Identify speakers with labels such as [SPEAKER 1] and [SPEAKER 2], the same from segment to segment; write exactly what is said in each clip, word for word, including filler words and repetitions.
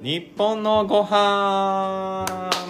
[SPEAKER 1] 日本のご飯。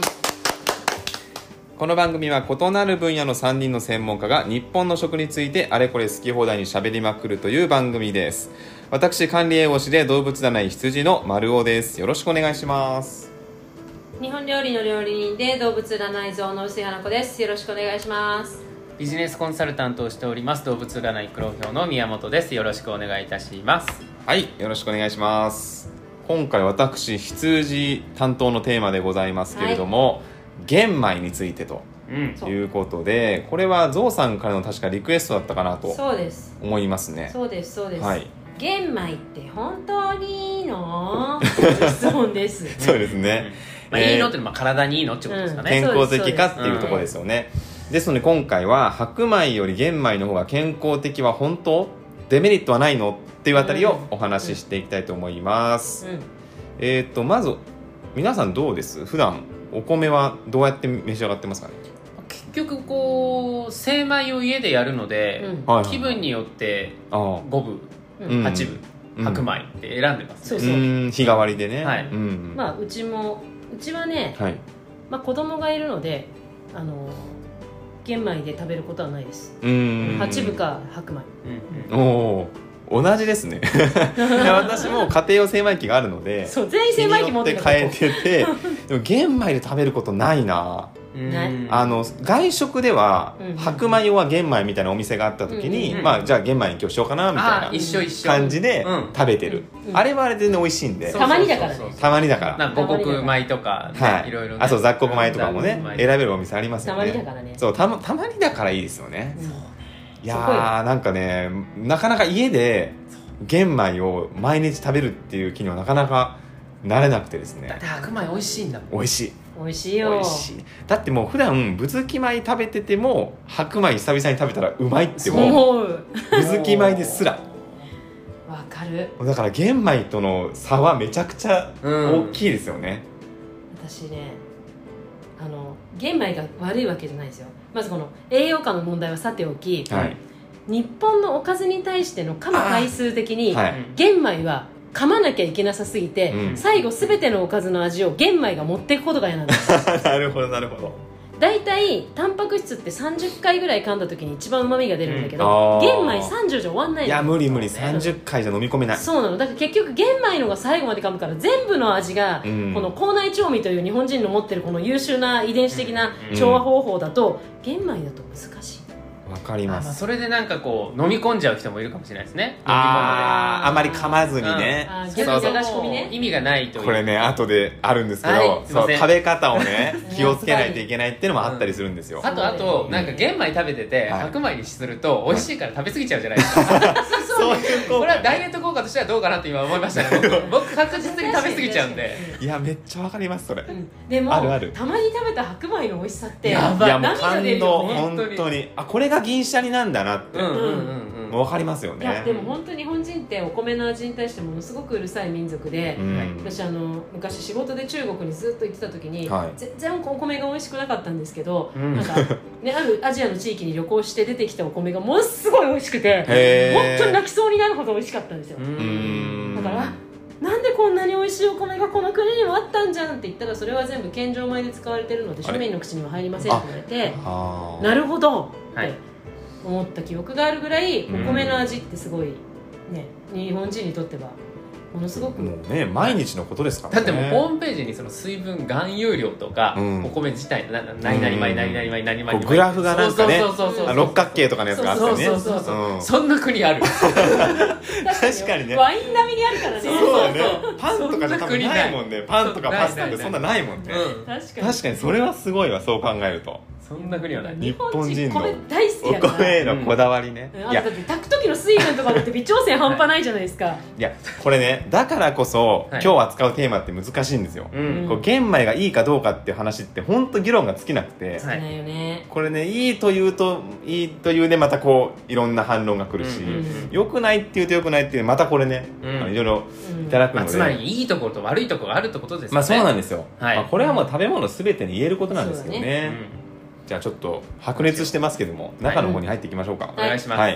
[SPEAKER 1] この番組は異なる分野のさんにんの専門家が日本の食についてあれこれ好き放題に喋りまくるという番組です。私管理栄養士で動物占い羊の丸尾です。よろしくお願いします。
[SPEAKER 2] 日本料理の料理人で動物占い像の薄井花子です。よろしくお願いします。
[SPEAKER 3] ビジネスコンサルタントをしております動物占い黒豹の宮本です。よろしくお願いいたします。
[SPEAKER 1] はい、よろしくお願いします。今回私羊担当のテーマでございますけれども、はい、玄米についてということで、うん、これはゾウさんからの確かリクエストだったかなと思いますね。
[SPEAKER 2] そうですそうです、
[SPEAKER 1] はい、
[SPEAKER 2] 玄米って本当にいいの質問です
[SPEAKER 1] そうですね、
[SPEAKER 3] まあ、いいのってまあ体にいいのってことですかね、
[SPEAKER 1] うん、健康的かっていうところですよね、うん、ですので今回は白米より玄米の方が健康的は本当？デメリットはないのっていうあたりをお話ししていきたいと思います、うんうん、えー、っとまず皆さんどうです？普段お米はどうやって召し上がってますかね？
[SPEAKER 3] 結局こう精米を家でやるので、うん、気分によってごぶ、うん、はちぶ、うん、白米って選んでます、ね、
[SPEAKER 2] そうそう、
[SPEAKER 1] うん日替わりでね、
[SPEAKER 3] はい、
[SPEAKER 1] うん、
[SPEAKER 2] まあうちもうちはね、はい、まあ、子供がいるのであの玄米で食べることはないです。うんはちぶか白米、
[SPEAKER 1] うん、おお同じですね私も家庭用精米機があるので
[SPEAKER 2] そう全員精米機持ってる
[SPEAKER 1] 変えててでも玄米で食べることないな。あの外食では白米用は玄米みたいなお店があった時に、うんうん、まあじゃあ玄米に今日しようかなみたいな感じで食べてる、うん、あれはあれで、ね、美味しいんで
[SPEAKER 2] たまにだからね
[SPEAKER 1] たまにだから
[SPEAKER 3] なんか五穀米とか、ね、はい、いろいろ、ね、
[SPEAKER 1] あそう雑穀米とかもね選べるお店ありますよね。
[SPEAKER 2] たまにだからね
[SPEAKER 1] そう た, たまにだからいいですよね、うん、いやーなんかねなかなか家で玄米を毎日食べるっていう気にはなかなかなれなくてですね。
[SPEAKER 3] だって白米美味しいんだもん。
[SPEAKER 1] 美味しい
[SPEAKER 2] 美味しいよ。
[SPEAKER 1] 美味しい。だってもう普段ぶずき米食べてても白米久々に食べたらうまいって思う。ぶずき米ですら
[SPEAKER 2] わかる。
[SPEAKER 1] だから玄米との差はめちゃくちゃ大きいですよね、
[SPEAKER 2] うん、私ねあの玄米が悪いわけじゃないですよ。まずこの栄養価の問題はさておき、はい、日本のおかずに対しての噛む回数的に、はい、玄米は噛まなきゃいけなさすぎて、うん、最後全てのおかずの味を玄米が持っていくことが嫌なんです
[SPEAKER 1] なるほどなるほど。
[SPEAKER 2] だいたいタンパク質ってさんじゅっかいぐらい噛んだ時に一番うまみが出るんだけど、うん、玄米さんじゅうじゃ終わんないの。
[SPEAKER 1] いや無理無理さんじゅっかいじゃ飲み込めない。
[SPEAKER 2] そうなの。だから結局玄米のが最後まで噛むから全部の味が、うん、この口内調味という日本人の持ってるこの優秀な遺伝子的な調和方法だと、うん、玄米だと難しい。
[SPEAKER 1] わかります。
[SPEAKER 3] あ、まあ、それでなんかこう飲み込んじゃう人もいるかもしれないですね。
[SPEAKER 1] あああまり噛まずにね、
[SPEAKER 2] うん、あ逆に流し込みね。
[SPEAKER 3] 意味がないという。
[SPEAKER 1] これね後であるんですけど、はい、そう食べ方をね気をつけないといけないっていうのもあったりするんですよ、
[SPEAKER 3] うん、あとあとなんか玄米食べてて、うん、白米にすると美味しいから食べ過ぎちゃうじゃないですか、はい、そういうこれはダイエット効果としてはどうかなって今思いましたね僕確実に食べ過ぎちゃうんで。
[SPEAKER 1] いやめっちゃわかりますそれ、うん、
[SPEAKER 2] でも
[SPEAKER 1] あるある。
[SPEAKER 2] たまに食べた白米の美味しさって
[SPEAKER 1] やばい。いやもう感動本当にあこれが銀シャリなんだなって、うんうんうんうん、分かりますよね。
[SPEAKER 2] いやでも本当に日本人ってお米の味に対してものすごくうるさい民族で、うん、私あの昔仕事で中国にずっと行ってた時に、はい、全然お米が美味しくなかったんですけど、うん、なんか、ね、あるアジアの地域に旅行して出てきたお米がものすごい美味しくて本当に泣きそうになるほど美味しかったんですよ。うんだからなんでこんなに美味しいお米がこの国にもあったんじゃんって言ったらそれは全部献上米で使われてるので庶民の口には入りませんって言われてなるほどって、はい思った記憶があるぐらいお米の味ってすごい、ね、日本人にとってはものすごく
[SPEAKER 1] もうね毎日のことですからね。
[SPEAKER 3] だってもうホームページにその水分含有量とか、うん、お米自体な何々米何々米何々米
[SPEAKER 1] グラフがなんかね六角形とかのやつがあってね
[SPEAKER 3] そうそうそうそう、うん、そんな国ある
[SPEAKER 1] 確かにね
[SPEAKER 2] ワイン並みにあるからね。
[SPEAKER 1] そうだねパンとかじゃ多分ないもんね。パンとかパスタってそんなないもんね、うん、確かに確かにそれはすごいわそう考えると。
[SPEAKER 3] そんな国はない。
[SPEAKER 2] 日本人米大好きやから
[SPEAKER 1] お米へのこだわりね、
[SPEAKER 2] うん、いやだって炊く時の水分とかだって微調整半端ないじゃないですか
[SPEAKER 1] いやこれねだからこそ、はい、今日扱うテーマって難しいんですよ、うん、こう玄米がいいかどうかっていう話って本当議論が尽きなくて、
[SPEAKER 2] 尽きないよね。
[SPEAKER 1] これねいいと言うといいというねまたこういろんな反論が来るし、うんうんうん、良くないって言うと良くないっていうまたこれね、うん、いろいろいただくので、
[SPEAKER 3] まあ、つまりいいところと悪いところがあるってことですよね。
[SPEAKER 1] まあそうなんですよ、はいまあ、これはもう食べ物全てに言えることなんですけどね。じゃあちょっと白熱してますけども、はい、中の方に入っていきましょうか、
[SPEAKER 3] はい、お願いします、
[SPEAKER 1] はい。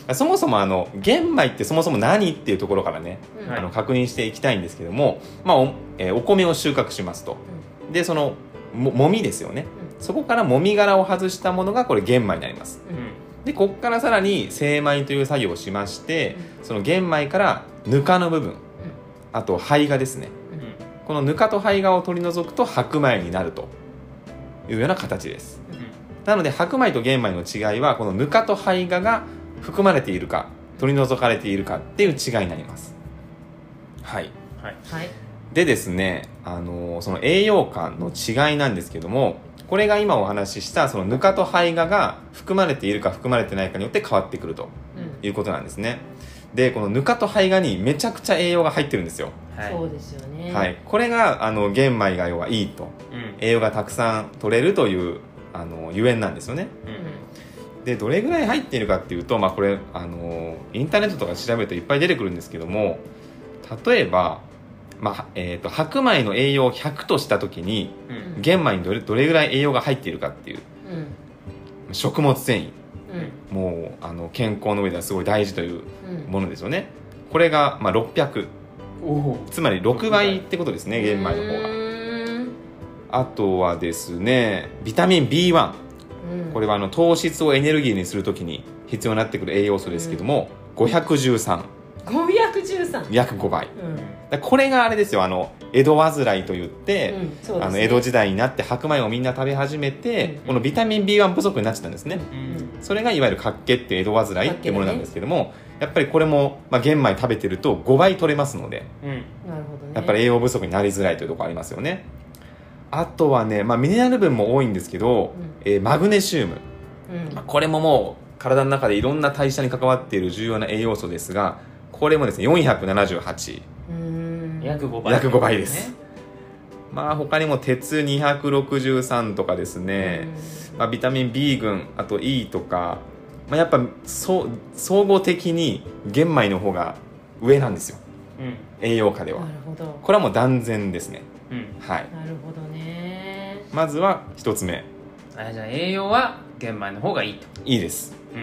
[SPEAKER 1] そもそもあの玄米ってそもそも何っていうところからね、
[SPEAKER 2] うん、
[SPEAKER 1] あの確認していきたいんですけども、まあ お,、えー、お米を収穫しますと、うん、でその も, もみですよね、うん、そこからもみ殻を外したものがこれ玄米になります、うん、でここからさらに精米という作業をしまして、うん、その玄米からぬかの部分、うん、あと胚芽ですね、うん、このぬかと胚芽を取り除くと白米になるというような形です、うん、なので白米と玄米の違いはこのぬかと胚芽が含まれているか取り除かれているかっていう違いになります。はい、はい、でですね、あのー、その栄養価の違いなんですけども、これが今お話ししたそのぬかと胚芽が含まれているか含まれてないかによって変わってくるということなんですね、うん、でこのぬかと胚芽にめちゃくちゃ栄養が入ってるんですよ。
[SPEAKER 2] はい、そうですよね、
[SPEAKER 1] はい、これがあの玄米が要はいいと、うん、栄養がたくさん取れるというあのゆえんなんですよね、うん、でどれぐらい入っているかっていうと、まあ、これあのインターネットとか調べるといっぱい出てくるんですけども、例えば、まあえー、と白米の栄養をひゃくとした時に、うん、玄米にどれ、どれぐらい栄養が入っているかっていう、うん、食物繊維、うん、もうあの健康の上ではすごい大事というものですよね、うん、これが、まあ、ろっぴゃく、つまりろくばいってことですね、玄米の方が。あとはですねビタミン ビーワン、うん、これはあの糖質をエネルギーにするときに必要になってくる栄養素ですけども、うん、ごひゃくじゅうさん、
[SPEAKER 2] ごひゃくじゅうさん、
[SPEAKER 1] 約ごばい、うん、これがあれですよ、あの江戸患いといって、うんね、あの江戸時代になって白米をみんな食べ始めて、うん、このビタミン ビーワン 不足になっちゃったんですね、うん、それがいわゆる脚気っていう江戸患いっていうものなんですけども、ね、やっぱりこれも、まあ、玄米食べてるとごばい取れますので、うん、なるほどね、やっぱり栄養不足になりづらいというところありますよね。あとはね、まあ、ミネラル分も多いんですけど、うん、えー、マグネシウム、うん、これももう体の中でいろんな代謝に関わっている重要な栄養素ですが、これもですねよんひゃくななじゅうはち、
[SPEAKER 3] うーん、約ごばい、
[SPEAKER 1] 約ごばいです、ね、まあ他にも鉄にひゃくろくじゅうさんとかですね、まあ、ビタミン B 群、あと E とか、まあ、やっぱそ総合的に玄米の方が上なんですよ、うん、栄養価では。なるほど、これはもう断然ですね、うん、はい、
[SPEAKER 2] なるほどね。
[SPEAKER 1] まずは一つ目、
[SPEAKER 3] あ、じゃあ栄養は玄米の方がいいと。
[SPEAKER 1] いいです、うん、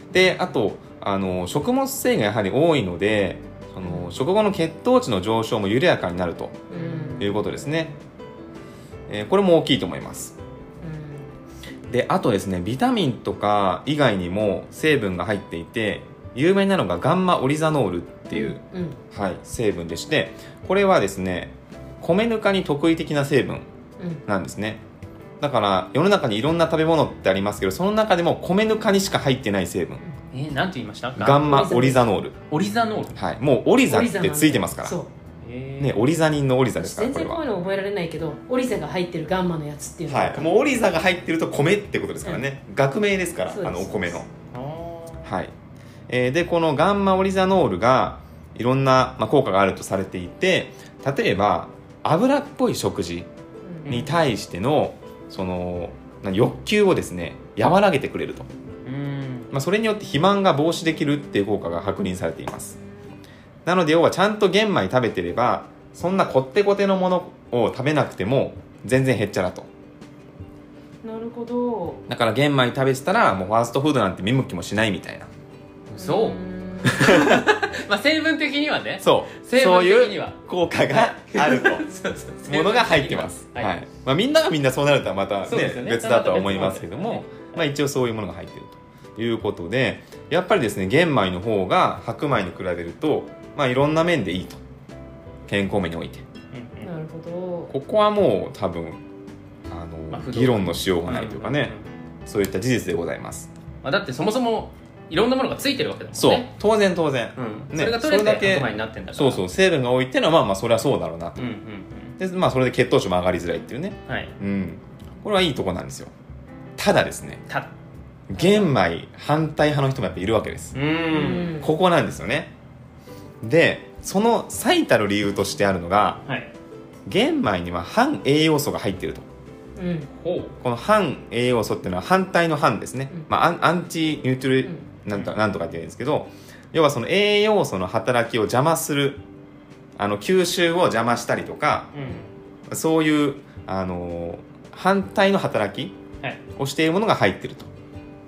[SPEAKER 1] であとあの食物繊維がやはり多いので、その食後の血糖値の上昇も緩やかになるということですね、うん、えー、これも大きいと思います、うん、であとですねビタミンとか以外にも成分が入っていて、有名なのがガンマオリザノールっていう、うんうん、はい、成分でして、これはですね米ぬかに特異的な成分なんですね、うん、だから世の中にいろんな食べ物ってありますけど、その中でも米ぬかにしか入ってない成分、
[SPEAKER 3] えー、なんて言いました？
[SPEAKER 1] ガンマオリザノール。
[SPEAKER 3] オリザノール、
[SPEAKER 1] はい、もうオリザってついてますから、そう、ね、オリザニンのオリザですから。
[SPEAKER 2] 全然こういうの覚えられないけど、オリザが入ってるガンマのやつっていうの
[SPEAKER 1] は、はい、もうオリザが入ってると米ってことですからね、うん、学名ですから、あのお米の、はい、えー、でこのガンマオリザノールがいろんな、まあ、効果があるとされていて、例えば油っぽい食事に対しての、うん、その欲求をですね和らげてくれると、うん、まあ、それによって肥満が防止できるっていう効果が確認されています。なので要はちゃんと玄米食べてれば、そんなこってこてのものを食べなくても全然へっちゃらと。
[SPEAKER 2] なるほど。
[SPEAKER 1] だから玄米食べてたらもうファーストフードなんて見向きもしないみたいな。
[SPEAKER 3] そうまあ成分的にはね、
[SPEAKER 1] そう成分的にはそういう効果があるとものが入ってます、はいはい、まあ、みんながみんなそうなるとはまた、ねね、別だとは思いますけども、ね、まあ、一応そういうものが入っているということで、やっぱりですね玄米の方が白米に比べると、まあ、いろんな面でいいと、健康面において、
[SPEAKER 2] うん、なるほど。
[SPEAKER 1] ここはもう多分あの、まあ、議論のしようがないというかね、うん、そういった事実でございます、
[SPEAKER 3] まあ、だってそもそもいろんなものがついてるわけだもんね。
[SPEAKER 1] そう、当然当然、
[SPEAKER 3] うん、ね、それが取れて白米になってんだから、
[SPEAKER 1] そうそう、成分が多いっていうのはまあまあそれはそうだろうなと、うんうんうん、でまあそれで血糖値も上がりづらいっていうね、はい、うん、これはいいとこなんですよ。ただですね、た玄米反対派の人もやっぱいるわけです。うん、ここなんですよね。でその最たる理由としてあるのが、はい、玄米には反栄養素が入っていると。うん、この反栄養素っていうのは反対の反ですね、うん、まあ、アンチニュートリ、うん、なんとなんとかって言うんですけど、要はその栄養素の働きを邪魔する、あの吸収を邪魔したりとか、うん、そういうあの反対の働きをしているものが入っていると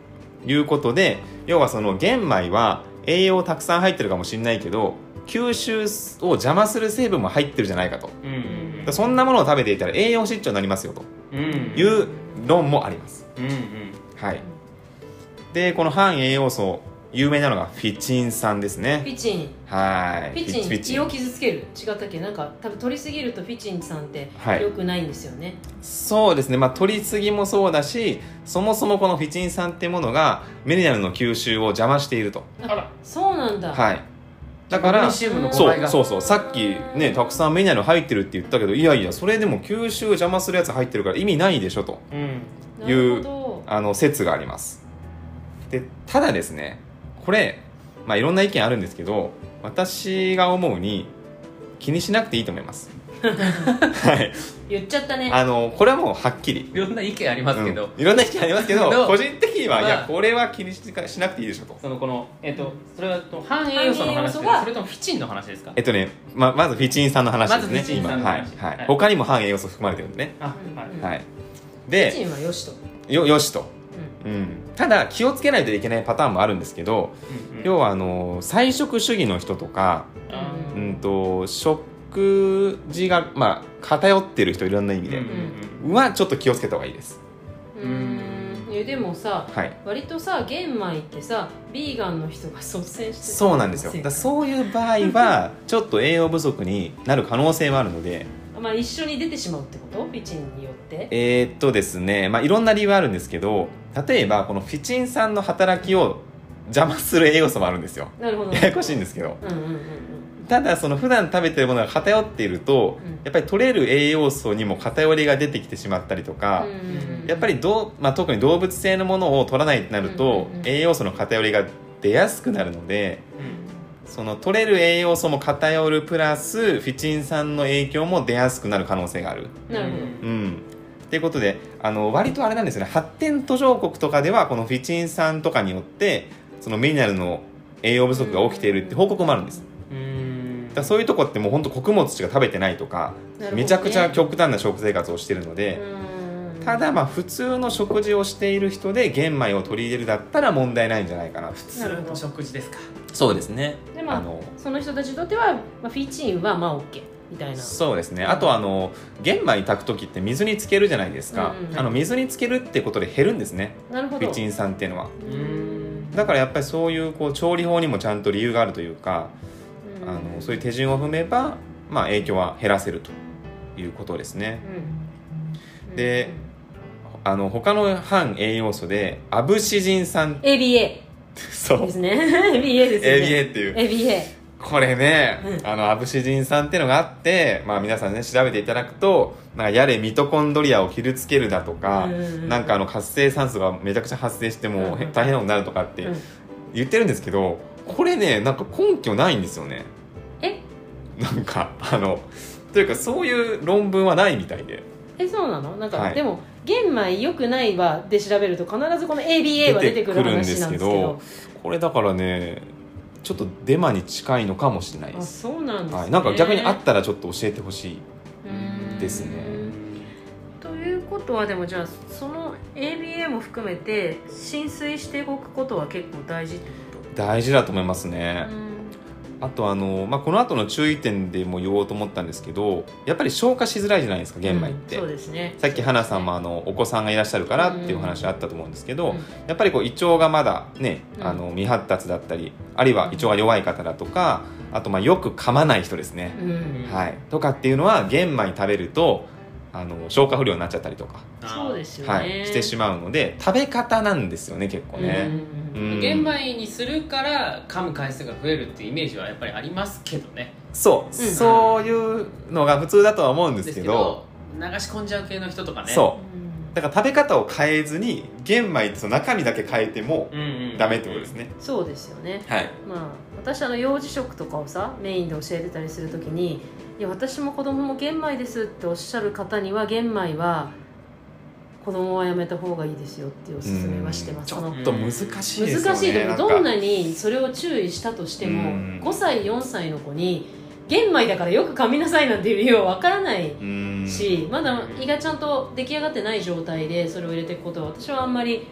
[SPEAKER 1] いうことで、要はその玄米は栄養たくさん入ってるかもしれないけど吸収を邪魔する成分も入ってるじゃないかと、うんうん、そんなものを食べていたら栄養失調になりますよという論もあります、うんうん、はい。でこの半栄養素有名なのがフィチン酸ですね。
[SPEAKER 2] フィチン、
[SPEAKER 1] はい。
[SPEAKER 2] フィチン胃を傷つける、違ったっけ？なんか多分取りすぎるとフィチン酸って良くないんですよね、はい、
[SPEAKER 1] そうですね、まあ、取りすぎもそうだし、そもそもこのフィチン酸っていうものがミネラルの吸収を邪魔していると。
[SPEAKER 2] あら、そうなんだ。
[SPEAKER 1] はい。だからそうそうそう、さっきねたくさんミネラル入ってるって言ったけど、いやいやそれでも吸収邪魔するやつ入ってるから意味ないでしょという、うん、あの説があります。でただですね、これ、まあ、いろんな意見あるんですけど、私が思うに気にしなくていいと思いますはい、
[SPEAKER 2] 言っちゃったね。
[SPEAKER 1] あのこれはもうはっきり
[SPEAKER 3] いろんな意見ありますけど、
[SPEAKER 1] うん、いろんな意見ありますけど個人的には、まあ、いやこれは気に し, しなくていいでしょと。
[SPEAKER 3] そのこの、えー、とそれは半栄養素の話ですか、それともフィチンの話ですか？
[SPEAKER 1] えっとね、ま, まずフィチン酸の話ですね。
[SPEAKER 3] まずフィチン酸の話、
[SPEAKER 1] 今、はいはい、他にも半栄養素含まれてるんでね。あ、はいはい、で
[SPEAKER 2] フィチンはよしと
[SPEAKER 1] よ, よしと、うんうん、ただ気をつけないといけないパターンもあるんですけど、うんうん、要はあの菜食主義の人とか、うん、と食事が、まあ、偏ってる人、いろんな意味で、うん、はちょっと気をつけた方がいいです。
[SPEAKER 2] うーん、えでもさ、
[SPEAKER 1] はい、
[SPEAKER 2] 割とさ玄米ってさビーガンの人が率先して
[SPEAKER 1] そうなんですよ。だそういう場合はちょっと栄養不足になる可能性はあるので
[SPEAKER 2] まあ、一緒に出てしまうってこと？フィチンによって
[SPEAKER 1] えー、っとですね、まあ、いろんな理由はあるんですけど、例えばこのフィチン酸の働きを邪魔する栄養素もあるんですよ。
[SPEAKER 2] なるほど、
[SPEAKER 1] ややこしいんですけど、
[SPEAKER 2] うんうんうんうん、
[SPEAKER 1] ただその普段食べてるものが偏っていると、うん、やっぱり取れる栄養素にも偏りが出てきてしまったりとか、うんうん、やっぱりどう、まあ、特に動物性のものを取らないとなると、うんうんうん、栄養素の偏りが出やすくなるので、うん、その取れる栄養素も偏るプラスフィチン酸の影響も出やすくなる可能性がある。
[SPEAKER 2] なるほど、
[SPEAKER 1] うんということで、あの割とあれなんですよね、発展途上国とかではこのフィチン酸とかによってそのミネラルの栄養不足が起きているって報告もあるんです。うーんだからそういうとこってもう本当穀物しか食べてないとか、ね、めちゃくちゃ極端な食生活をしているので、ただまあ普通の食事をしている人で玄米を取り入れるだったら問題ないんじゃないかな。
[SPEAKER 3] 普通の食事ですか？
[SPEAKER 1] そうですね。
[SPEAKER 2] で、まあ、あのその人たちにとっては、まあ、フィチンはまあ OKみたいな。
[SPEAKER 1] そうですね。あとあの玄米炊く時って水につけるじゃないですか、うんうん、あの水につけるってことで減るんですね。
[SPEAKER 2] なるほど。
[SPEAKER 1] フィチン酸っていうのは。うーんだからやっぱりそういう、こう調理法にもちゃんと理由があるというか、うん、あのそういう手順を踏めば、まあ、影響は減らせるということですね、うん、であの他の半栄養素でアブシジン酸
[SPEAKER 2] エービーエー
[SPEAKER 1] そう
[SPEAKER 2] ですねエービーエー ですね
[SPEAKER 1] エービーエー っていう
[SPEAKER 2] エービーエー
[SPEAKER 1] これね、
[SPEAKER 2] うん、
[SPEAKER 1] あのアブシジン酸っていうのがあって、まあ、皆さんね調べていただくと、なんかやれミトコンドリアを傷つけるだとか、うんうんうん、なんかあの活性酸素がめちゃくちゃ発生しても大変なことになるとかって言ってるんですけど、これねなんか根拠ないんですよね。
[SPEAKER 2] え
[SPEAKER 1] なんかあのというかそういう論文はないみたいで。
[SPEAKER 2] えそうなの？なんか、はい、でも玄米良くないわで調べると必ずこの エービーエー は出てくる話なんですけど、
[SPEAKER 1] これだからねちょっとデマに近いのかもしれないです。
[SPEAKER 2] あ、そうなんですね、
[SPEAKER 1] はい、なんか逆にあったらちょっと教えてほしいですね。
[SPEAKER 2] ということはでもじゃあその エービーエー も含めて浸水しておくことは結構大事ってこと？
[SPEAKER 1] 大事だと思いますね。あとあの、まあ、この後の注意点でも言おうと思ったんですけど、やっぱり消化しづらいじゃないですか玄米って、
[SPEAKER 2] うん、そうですね。
[SPEAKER 1] さっき花さんもあのお子さんがいらっしゃるからっていう話あったと思うんですけど、うん、やっぱりこう胃腸がまだね、うん、あの未発達だったり、あるいは胃腸が弱い方だとか、あとまあよく噛まない人ですね、うんはい、とかっていうのは玄米食べるとあの消化不良になっちゃったりとか
[SPEAKER 2] そうですよね、
[SPEAKER 1] はい、してしまうので食べ方なんですよね結構ね、
[SPEAKER 3] うんうん、玄米にするから噛む回数が増えるっていうイメージはやっぱりありますけどね。
[SPEAKER 1] そう、うん、そういうのが普通だとは思うんですけど、
[SPEAKER 3] 流し込んじゃう系の人とかね。
[SPEAKER 1] そうだから食べ方を変えずに玄米ってその中身だけ変えてもダメってことですね、うんうん、
[SPEAKER 2] そうですよね、
[SPEAKER 1] はい。
[SPEAKER 2] まあ、私あの幼児食とかをさメインで教えてたりするときに、いや私も子供も玄米ですっておっしゃる方には玄米は子供はやめた方がいいですよっていうおすすめはしてます。
[SPEAKER 1] ちょっと難しいですよね。
[SPEAKER 2] 難しい。でもどんなにそれを注意したとしてもごさいよんさいの子に玄米だからよく噛みなさいなんていう理由は分からないし、まだ胃がちゃんと出来上がってない状態でそれを入れていくことは私はあんまり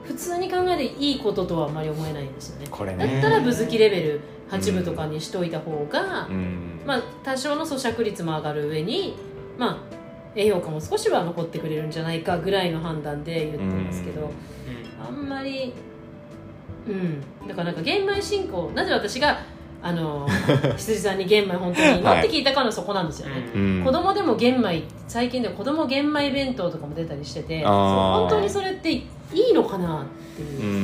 [SPEAKER 2] 普通に考えていいこととはあんまり思えないんですよね。
[SPEAKER 1] これね
[SPEAKER 2] だったら分好きレベルはちぶとかにしといた方が、
[SPEAKER 1] うん、ま
[SPEAKER 2] あ、多少の咀嚼率も上がる上に、まあ、栄養価も少しは残ってくれるんじゃないかぐらいの判断で言ってますけど、うん、あんまり、うん、だからなんか玄米進行、なぜ私があの羊さんに玄米本当にいいの、はい、って聞いたかのそこなんですよね、うん、子供でも玄米、最近では子供玄米弁当とかも出たりしてて、本当にそれっていいのかなっていう、うん、うん、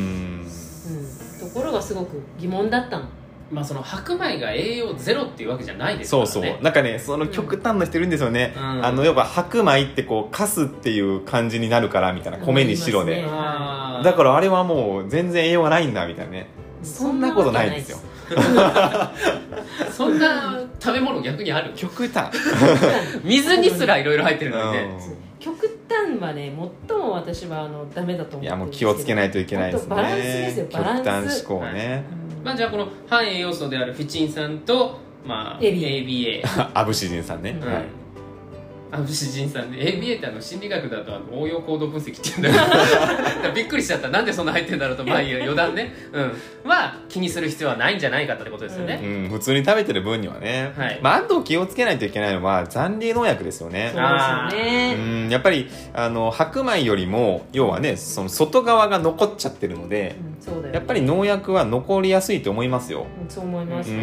[SPEAKER 2] ところがすごく疑問だったの。
[SPEAKER 3] まあ、その白米が栄養ゼロっていうわけじゃないですからね。
[SPEAKER 1] そうそう、なんかね、その極端な人いるんですよね、うん、あの要は白米ってこうカスっていう感じになるからみたいな、米に白で、ね、だからあれはもう全然栄養がないんだみたいなね、そんなことないんですよ。
[SPEAKER 3] そんな食べ物逆にある？
[SPEAKER 1] 極端
[SPEAKER 3] 水にすらいろいろ入ってるのにね、
[SPEAKER 2] 極端はね、最も私はあのダメだと思ってるんですけど、いやもう
[SPEAKER 1] 気をつけないといけないですね。
[SPEAKER 2] バランスですよ、バランス。
[SPEAKER 1] 極端思考ね、はい、
[SPEAKER 3] まあ、じゃあこの半栄養素であるフィチン酸と、まあ、エービーエー
[SPEAKER 1] アブシジン酸ね、うん、はい、
[SPEAKER 3] アブシジン酸で エービーエー ってあの心理学だとあの応用行動分析って言うんだからびっくりしちゃった、なんでそんな入ってんだろうと、まあいいよ、余談ね、うん、は気にする必要はないんじゃないかってことですよね、
[SPEAKER 1] うんうん、普通に食べてる分にはね、はい、まあ、あと気をつけないといけないのは残留農薬ですよね。
[SPEAKER 2] そうですよね、
[SPEAKER 1] うん、やっぱりあの白米よりも要はね、その外側が残っちゃってるので、うん、そうだよね、やっぱり農薬は残りやすいと思いますよ、
[SPEAKER 2] うん、そう思います、うん、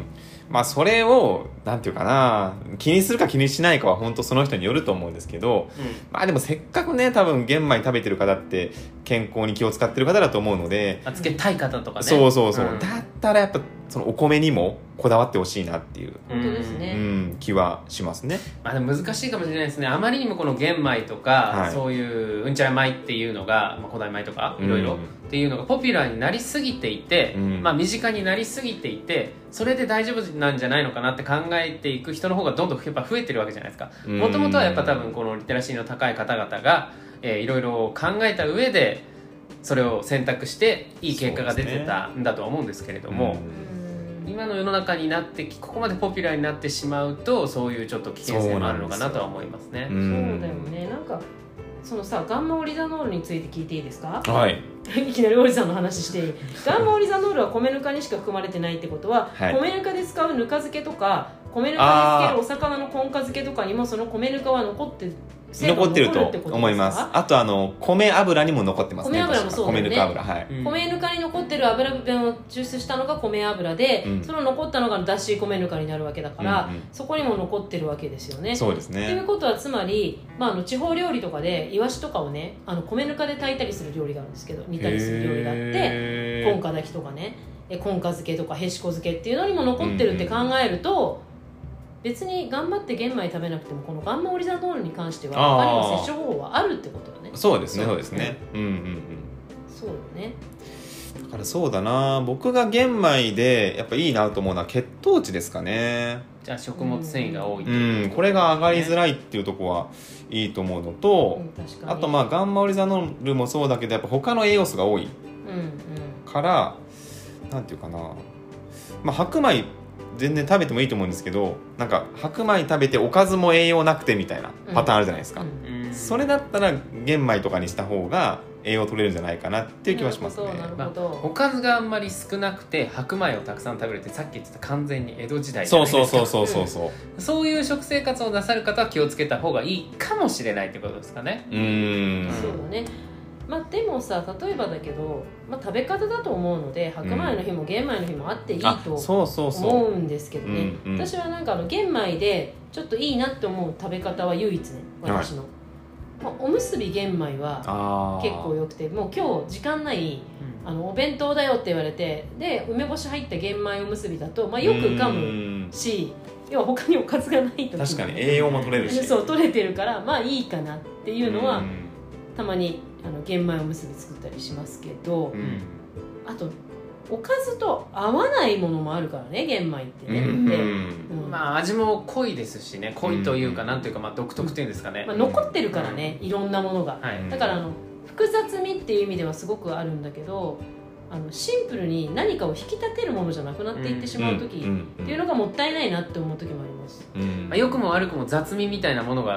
[SPEAKER 1] まあ、それをなんていうかな、気にするか気にしないかは本当その人によると思うんですけど、うん、まあでもせっかくね、多分玄米食べてる方って健康に気を使ってる方だと思うので、
[SPEAKER 3] つけたい方とかね、
[SPEAKER 1] そうそうそう、うん、だったらやっぱそのお米にもこだわってほしいなっていう、
[SPEAKER 2] 本当ですね、
[SPEAKER 1] うん、気はしますね。
[SPEAKER 3] まあ、でも難しいかもしれないですね。あまりにもこの玄米とか、はい、そういううんちゃら米っていうのが、まあ、古代米とかいろいろっていうのがポピュラーになりすぎていて、うん、まあ、身近になりすぎていて、それで大丈夫なんじゃないのかなって考えていく人の方がどんどんやっぱ増えてるわけじゃないですか。もともとはやっぱ多分このリテラシーの高い方々が、えー、いろいろ考えた上でそれを選択していい結果が出てたんだとは思うんですけれども、今の世の中になってここまでポピュラーになってしまうと、そういうちょっと危険性もあるのかなとは思いますね。
[SPEAKER 2] そうだよね。なんかそのさ、ガンマオリザノールについて聞いていいですか？
[SPEAKER 1] はい。
[SPEAKER 2] いきなりオリさんの話していい？ガンマオリザノールは米ぬかにしか含まれてないってことは、はい、米ぬかで使うぬか漬けとか米ぬかにつけるお魚の根か漬けとかにもその米ぬかは残ってる、
[SPEAKER 1] 残ってると思います。あとあの米油にも残ってますね。
[SPEAKER 2] 米油もそうだよね。
[SPEAKER 1] 米ぬか油、はい、
[SPEAKER 2] うん、米ぬかに残ってる油分を抽出したのが米油で、うん、その残ったのが脱脂米ぬかになるわけだから、うんうん、そこにも残ってるわけですよね。
[SPEAKER 1] そうですね。
[SPEAKER 2] ということはつまり、まあ、あの地方料理とかでイワシとかをね、あの米ぬかで炊いたりする料理があるんですけど、煮たりする料理があって、根か炊きとかね、根か漬けとかへしこ漬けっていうのにも残ってるって考えると、うんうん、別に頑張って玄米食べなくてもこのガンマオリザノールに関しては他にも摂取方法はあるってことだね。
[SPEAKER 1] そうですね、そうですね、うんうんうん、
[SPEAKER 2] そうだね。
[SPEAKER 1] だからそうだな、僕が玄米でやっぱいいなと思うのは血糖値ですかね。
[SPEAKER 3] じゃあ食物繊維が多い、
[SPEAKER 1] うん、これが上がりづらいっていうところはいいと思うのと、うん、確かに。あとまあガンマオリザノールもそうだけどやっぱ他の栄養素が多いから、うんうん、なんていうかな、まあ白米全然食べてもいいと思うんですけど、なんか白米食べておかずも栄養なくてみたいなパターンあるじゃないですか、うんうん、それだったら玄米とかにした方が栄養取れるんじゃないかなっていう気はしますね。
[SPEAKER 2] なるほど、
[SPEAKER 3] まあ、おかずがあんまり少なくて白米をたくさん食べるってさっき言ってた完全に江戸時代じゃないですか。
[SPEAKER 1] そうそうそうそうそう、
[SPEAKER 3] うん、そういう食生活をなさる方は気をつけた方がいいかもしれないってことですかね。
[SPEAKER 1] うーん、
[SPEAKER 2] そうだね。まあ、でもさ、例えばだけど、まあ、食べ方だと思うので白米の日も玄米の日もあっていいと思うんですけどね。私はなんかあの玄米でちょっといいなって思う食べ方は唯一ね、私の、はい、まあ、おむすび玄米は結構よくて、もう今日時間ない、うん、あのお弁当だよって言われて、で梅干し入った玄米おむすびだと、まあ、よく噛むし、要は他におかずがないと、
[SPEAKER 1] 確かに栄養も取れるし
[SPEAKER 2] そう取れてるから、まあいいかなっていうのはたまにあの玄米おむすび作ったりしますけど、うん、あとおかずと合わないものもあるからね、玄米ってね、うんでうん、
[SPEAKER 3] まあ味も濃いですしね、濃いというか、なんというか、まあ、独特っていうんですかね、
[SPEAKER 2] まあ、残ってるからね、いろんなものが、はい、だからあの複雑味っていう意味ではすごくあるんだけど、あのシンプルに何かを引き立てるものじゃなくなっていってしまう時っていうのがもったいないなって思う時もあります、
[SPEAKER 3] うんまあ、良くも悪くも雑味みたいなものが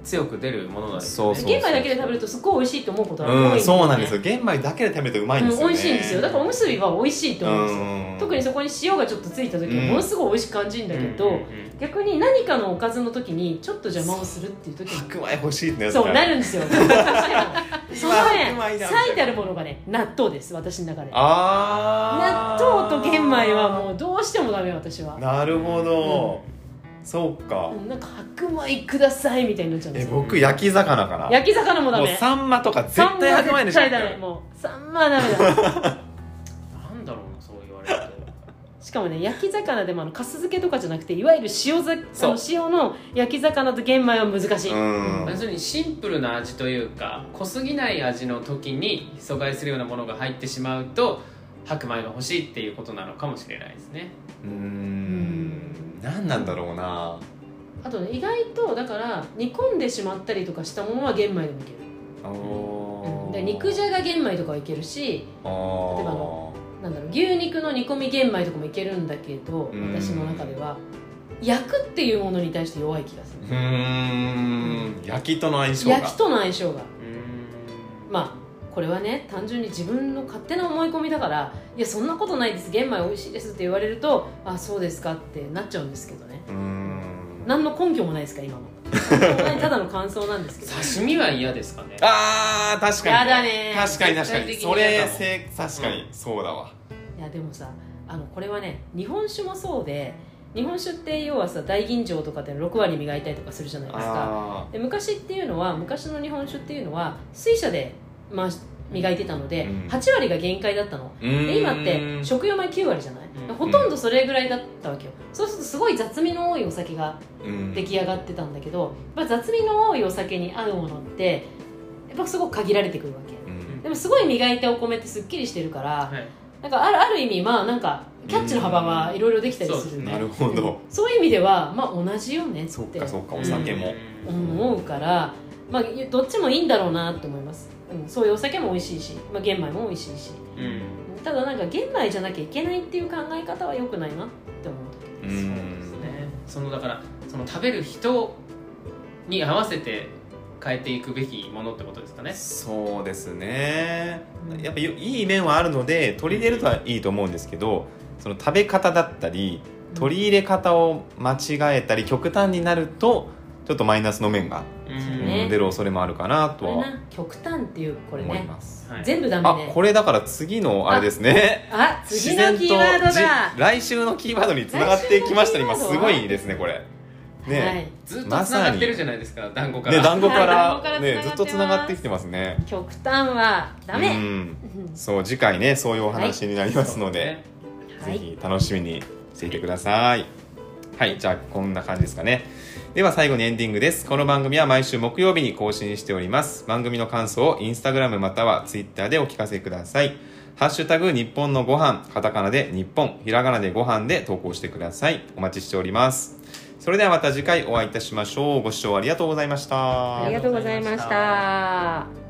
[SPEAKER 3] 強く出るものなんです
[SPEAKER 2] よね。玄米だけで食べるとすっごい美味しいと思うことある、ね、
[SPEAKER 1] うん、そうなんですよ。玄米だけで食べるとうまいんですよね、
[SPEAKER 2] うん、美味しいんですよ。だからおむすびは美味しいと思うんですよ。特にそこに塩がちょっとついた時はものすごい美味しく感じるんだけど、うん、逆に何かのおかずの時にちょっと邪魔をするっていう時に
[SPEAKER 1] 白米欲しいってやつ
[SPEAKER 2] そうなるんですよ。そのね最たるものがね納豆です、私の中で。あ納豆と玄米はもうどうしてもダメ、私は。
[SPEAKER 1] なるほど、うんそうか、
[SPEAKER 2] なんか白米くださいみたいになっちゃうんですよ。
[SPEAKER 1] え僕焼き魚かな。
[SPEAKER 2] 焼き魚もダメ。
[SPEAKER 1] もうサンマとか絶対白米でしょ。
[SPEAKER 2] 絶対ダメ。もうサンマはダメだ。なんだろうな、
[SPEAKER 3] そう言われると。
[SPEAKER 2] しかもね、焼き魚でもあの粕漬けとかじゃなくて、いわゆる塩ざあの塩の焼き魚と玄米は難しい。
[SPEAKER 3] 要するにシンプルな味というか、濃すぎない味の時に阻害するようなものが入ってしまうと白米が欲しいっていうことなのかもしれないですね。
[SPEAKER 1] うーん何なんだろうな。
[SPEAKER 2] あとね、意外とだから煮込んでしまったりとかしたものは玄米でもいける。うん、で肉じゃが玄米とかはいけるし、例えばあのなんだろう、牛肉の煮込み玄米とかもいけるんだけど、私の中では焼くっていうものに対して弱い気がする。
[SPEAKER 1] うーん焼きとの相性が
[SPEAKER 2] 焼きとの相性がまあこれはね、単純に自分の勝手な思い込みだから、いやそんなことないです、玄米美味しいですって言われると、あそうですかってなっちゃうんですけどね。うーん何の根拠もないですか今も。ただの感想なんですけど。
[SPEAKER 3] 刺身は嫌ですかね。
[SPEAKER 1] あー確かに。
[SPEAKER 2] やだね。
[SPEAKER 1] 確かに確かに。それせ確かに、うん、そうだわ。
[SPEAKER 2] いやでもさ、あのこれはね、日本酒もそうで、日本酒って要はさ、大吟醸とかでろくわり磨いたりとかするじゃないですか。で昔っていうのは、昔の日本酒っていうのは水車でまあ磨いてたので、うん、はちわりが限界だったので、今って食用米きゅうわりじゃない、うん、ほとんどそれぐらいだったわけよ。そうするとすごい雑味の多いお酒が出来上がってたんだけど、やっぱ雑味の多いお酒に合うものってやっぱすごく限られてくるわけ、うん、でもすごい磨いたお米ってすっきりしてるから、はい、なんかある、ある意味まあなんかキャッチの幅はいろいろできたりする、
[SPEAKER 1] ね、なるほど。
[SPEAKER 2] そういう意味ではまあ同じよねって。
[SPEAKER 1] そうかそうか、お酒も、
[SPEAKER 2] うん、思うから、まあ、どっちもいいんだろうなって思います。うん、そういうお酒も美味しいし、まあ、玄米も美味しいし、うん、ただなんか玄米じゃなきゃいけないっていう考え方は良くないなって思う。
[SPEAKER 3] うん、そうですね。そのだからその食べる人に合わせて変えていくべきものってことですかね。
[SPEAKER 1] そうですね。やっぱいい面はあるので取り入れるとはいいと思うんですけど、その食べ方だったり取り入れ方を間違えたり極端になるとちょっとマイナスの面が、うんね、出る恐れもあるかなとは
[SPEAKER 2] 極端っていうこれね思
[SPEAKER 1] います、
[SPEAKER 2] はい、全部ダメね。
[SPEAKER 1] あこれだから次のあれですね。
[SPEAKER 2] ああ次のキーワードだ。
[SPEAKER 1] 来週のキーワードにつながってきましたね。今すごいですねこれね、
[SPEAKER 3] はい、ずっとつながってるじゃないですか、団子から、
[SPEAKER 1] ね、団子から、はい、ね、ずっとつながってきてますね。
[SPEAKER 2] 極端はダメ、うん、
[SPEAKER 1] そう次回ねそういうお話になりますので、はい、ぜひ楽しみにしていてください。はい、はい、じゃあこんな感じですかね。では最後にエンディングです。この番組は毎週木曜日に更新しております。番組の感想をインスタグラムまたはツイッターでお聞かせください。ハッシュタグ日本のご飯、カタカナで日本、ひらがなでご飯で投稿してください。お待ちしております。それではまた次回お会いいたしましょう。ご視聴ありがとうございました。
[SPEAKER 2] ありがとうございました。